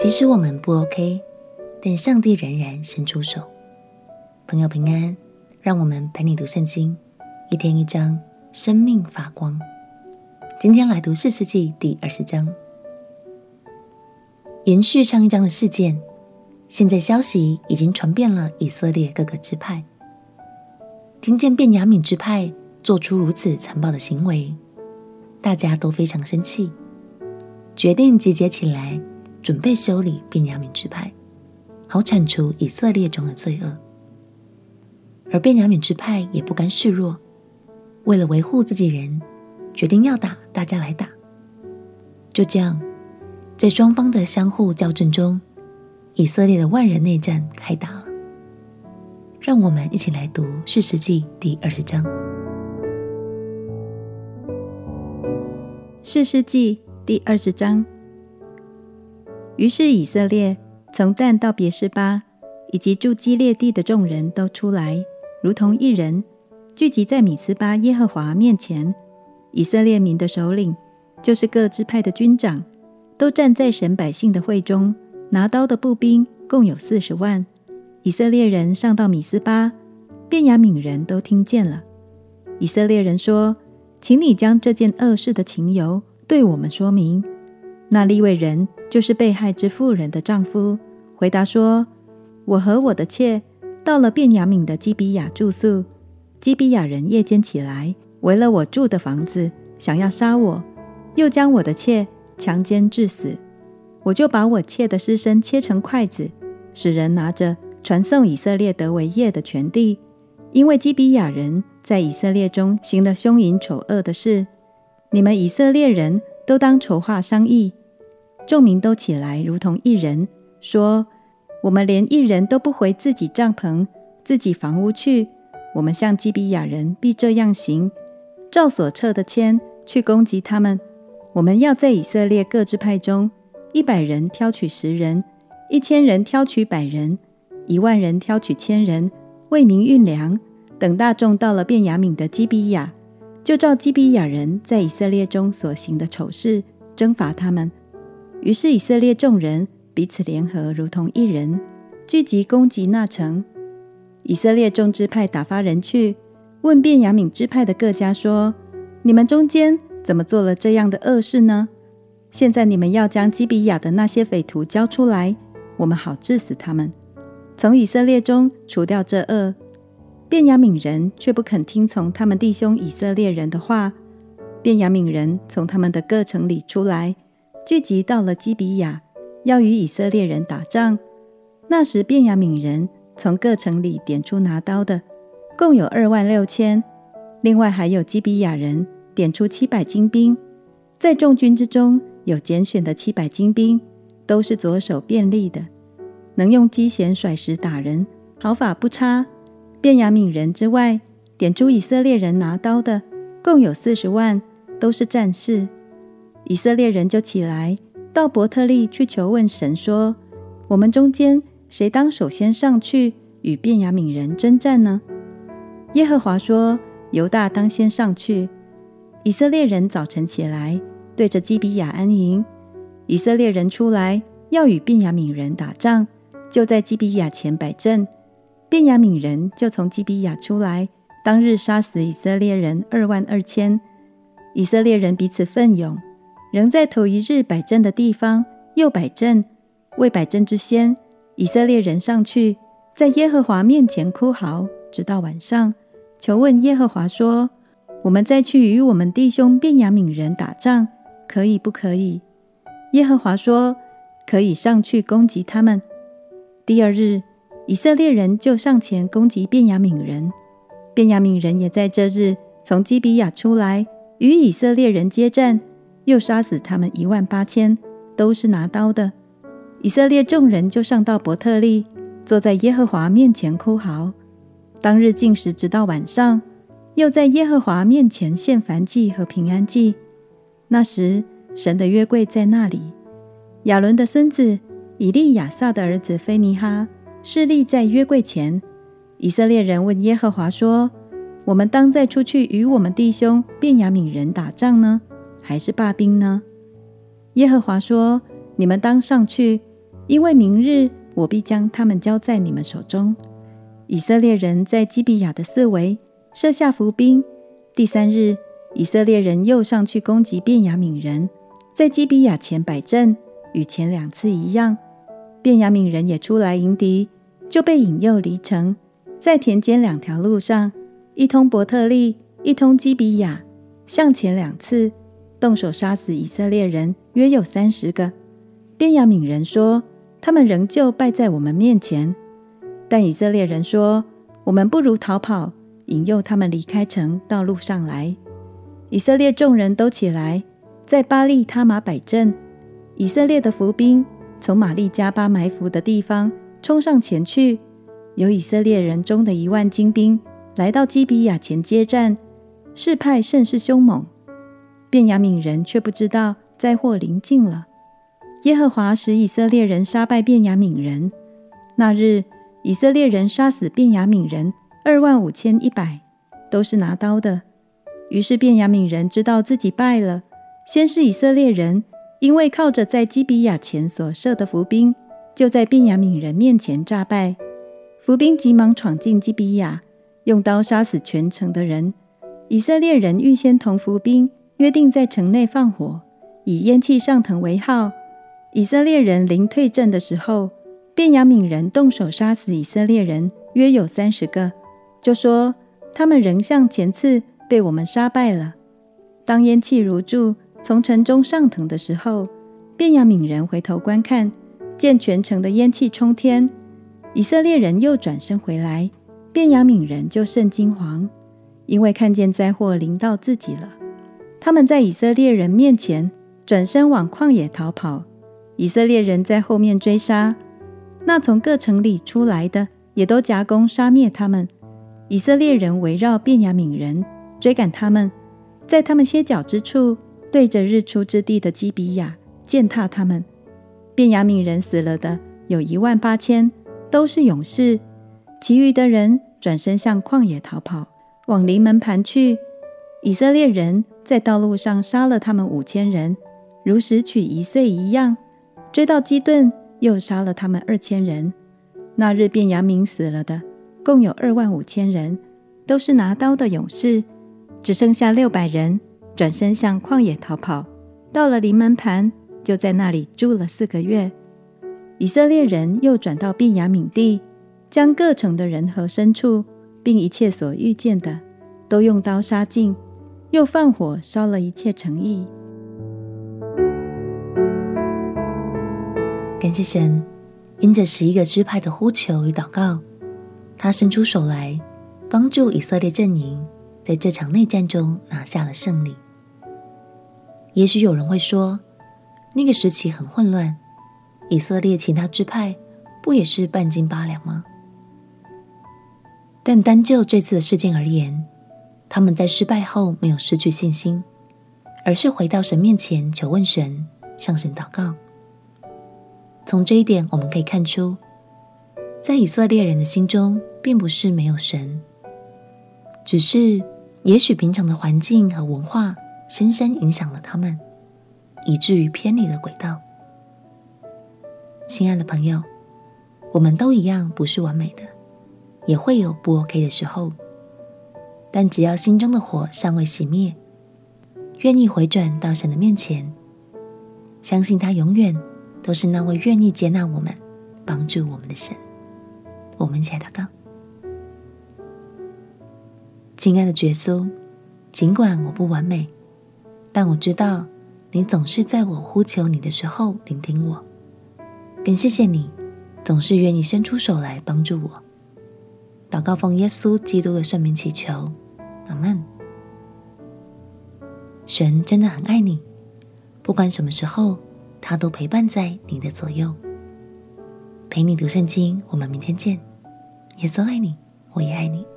即使我们不 OK， 但上帝仍然伸出手。朋友平安，让我们陪你读圣经，一天一章，生命发光。今天来读士师记第20章。延续上一章的事件，现在消息已经传遍了以色列各个支派。听见便雅悯支派做出如此残暴的行为，大家都非常生气，决定集结起来，准备修理便雅悯支派，好铲除以色列中的罪恶。而便雅悯支派也不甘示弱，为了维护自己人，决定要打大家来打。就这样，在双方的相互较阵中，以色列的万人内战开打了。让我们一起来读士师记第20章。 士师记第20章。于是以色列从但到别是巴，以及住基列地的众人都出来，如同一人，聚集在米斯巴耶和华面前。以色列民的首领，就是各支派的军长，都站在神百姓的会中，拿刀的步兵共有40万。以色列人上到米斯巴，便雅悯人都听见了。以色列人说：请你将这件恶事的情由对我们说明。那利未人就是被害之妇人的丈夫，回答说：我和我的妾到了便雅悯的基比亚住宿，基比亚人夜间起来，围了我住的房子，想要杀我，又将我的妾强奸致死。我就把我妾的尸身切成筷子，使人拿着传送以色列得为业的全地，因为基比亚人在以色列中行了凶淫丑恶的事。你们以色列人都当筹划商议。众民都起来，如同一人，说：我们连一人都不回自己帐篷、自己房屋去，我们向基比亚人必这样行，照所撤的签去攻击他们。我们要在以色列各支派中，100人挑取10人，1000人挑取100人，10000人挑取1000人，为民运粮。等大众到了便雅悯的基比亚，就照基比亚人在以色列中所行的丑事，征伐他们。于是以色列众人彼此联合，如同一人，聚集攻击那城。以色列众支派打发人去，问便雅悯支派的各家说：你们中间怎么做了这样的恶事呢？现在你们要将基比亚的那些匪徒交出来，我们好治死他们，从以色列中除掉这恶。便雅悯人却不肯听从他们弟兄以色列人的话。便雅悯人从他们的各城里出来，聚集到了基比亚，要与以色列人打仗。那时便雅悯人从各城里点出拿刀的，共有26000，另外还有基比亚人点出700精兵。在众军之中有拣选的700精兵，都是左手便利的，能用机弦甩石打人，毫发不差。便雅悯人之外，点出以色列人拿刀的，共有40万，都是战士。以色列人就起来，到伯特利去求问神说：我们中间谁当首先上去与便雅悯人征战呢？耶和华说：犹大当先上去。以色列人早晨起来，对着基比亚安营。以色列人出来要与便雅悯人打仗，就在基比亚前摆阵。便雅悯人就从基比亚出来，当日杀死以色列人22000。以色列人彼此奋勇，仍在头一日摆阵的地方又摆阵。未摆阵之先，以色列人上去，在耶和华面前哭嚎，直到晚上，求问耶和华说：我们再去与我们弟兄便雅悯人打仗，可以不可以？耶和华说：可以上去攻击他们。第二日，以色列人就上前攻击便雅悯人。便雅悯人也在这日从基比亚出来，与以色列人接战，又杀死他们18000，都是拿刀的。以色列众人就上到伯特利，坐在耶和华面前哭嚎。当日禁食直到晚上，又在耶和华面前献燔祭和平安祭。那时神的约柜在那里，亚伦的孙子以利亚撒的儿子非尼哈侍立在约柜前。以色列人问耶和华说：我们当再出去与我们弟兄便雅悯人打仗呢，还是罢兵呢？耶和华说：你们当上去， 因为明日我必将他们交在你们手中。以色列人在基比亚的四围设下伏兵。第3日，以色列人又上去攻击便雅悯人，在基比亚前摆阵，与前2次一样。便雅悯人也出来迎敌，就被引诱离城，在田间2条路上，一通伯特利，一通基比亚，向前2次，动手杀死以色列人约有30个。便雅悯人说，他们仍旧败在我们面前。但以色列人说，我们不如逃跑，引诱他们离开城，到路上来。以色列众人都起来，在巴利他玛摆阵。以色列的伏兵从玛利加巴埋伏的地方冲上前去，有以色列人中的1万精兵来到基比亚前接战，势派甚是凶猛。便雅悯人却不知道灾祸临近了。耶和华使以色列人杀败便雅悯人。那日，以色列人杀死便雅悯人25100，都是拿刀的。于是便雅悯人知道自己败了。先是以色列人因为靠着在基比亚前所设的伏兵，就在便雅悯人面前诈败。伏兵急忙闯进基比亚，用刀杀死全城的人。以色列人预先同伏兵约定在城内放火，以烟气上腾为号。以色列人临退阵的时候，便雅悯人动手杀死以色列人约有30个，就说他们仍像前次被我们杀败了。当烟气如柱从城中上腾的时候，便雅悯人回头观看，见全城的烟气冲天。以色列人又转身回来，便雅悯人就甚惊惶，因为看见灾祸临到自己了。他们在以色列人面前转身往旷野逃跑，以色列人在后面追杀。那从各城里出来的也都夹攻杀灭他们。以色列人围绕便雅悯人，追赶他们，在他们歇脚之处，对着日出之地的基比亚践踏他们。便雅悯人死了的有18000，都是勇士。其余的人转身向旷野逃跑，往临门盘去。以色列人在道路上杀了他们5000人，如拾取1岁一样。追到基顿，又杀了他们2000人。那日便雅悯死了的共有25000人，都是拿刀的勇士。只剩下600人，转身向旷野逃跑，到了临门盘，就在那里住了4个月。以色列人又转到便雅悯地，将各城的人和牲畜，并一切所遇见的，都用刀杀尽，又放火烧了一切城邑。 感谢神，因着11个支派的呼求与祷告，他伸出手来，帮助以色列阵营在这场内战中拿下了胜利。也许有人会说，那个时期很混乱，以色列其他支派不也是半斤八两吗？但单就这次的事件而言，他们在失败后没有失去信心，而是回到神面前求问神，向神祷告。从这一点我们可以看出，在以色列人的心中并不是没有神，只是也许平常的环境和文化深深影响了他们，以至于偏离了轨道。亲爱的朋友，我们都一样不是完美的，也会有不 OK 的时候，但只要心中的火尚未熄灭，愿意回转到神的面前，相信他永远都是那位愿意接纳我们、帮助我们的神。我们一起来祷告。亲爱的耶稣，尽管我不完美，但我知道你总是在我呼求你的时候聆听我。更谢谢你总是愿意伸出手来帮助我。祷告奉耶稣基督的圣名祈求，阿们。神真的很爱你，不管什么时候他都陪伴在你的左右。陪你读圣经，我们明天见。耶稣爱你，我也爱你。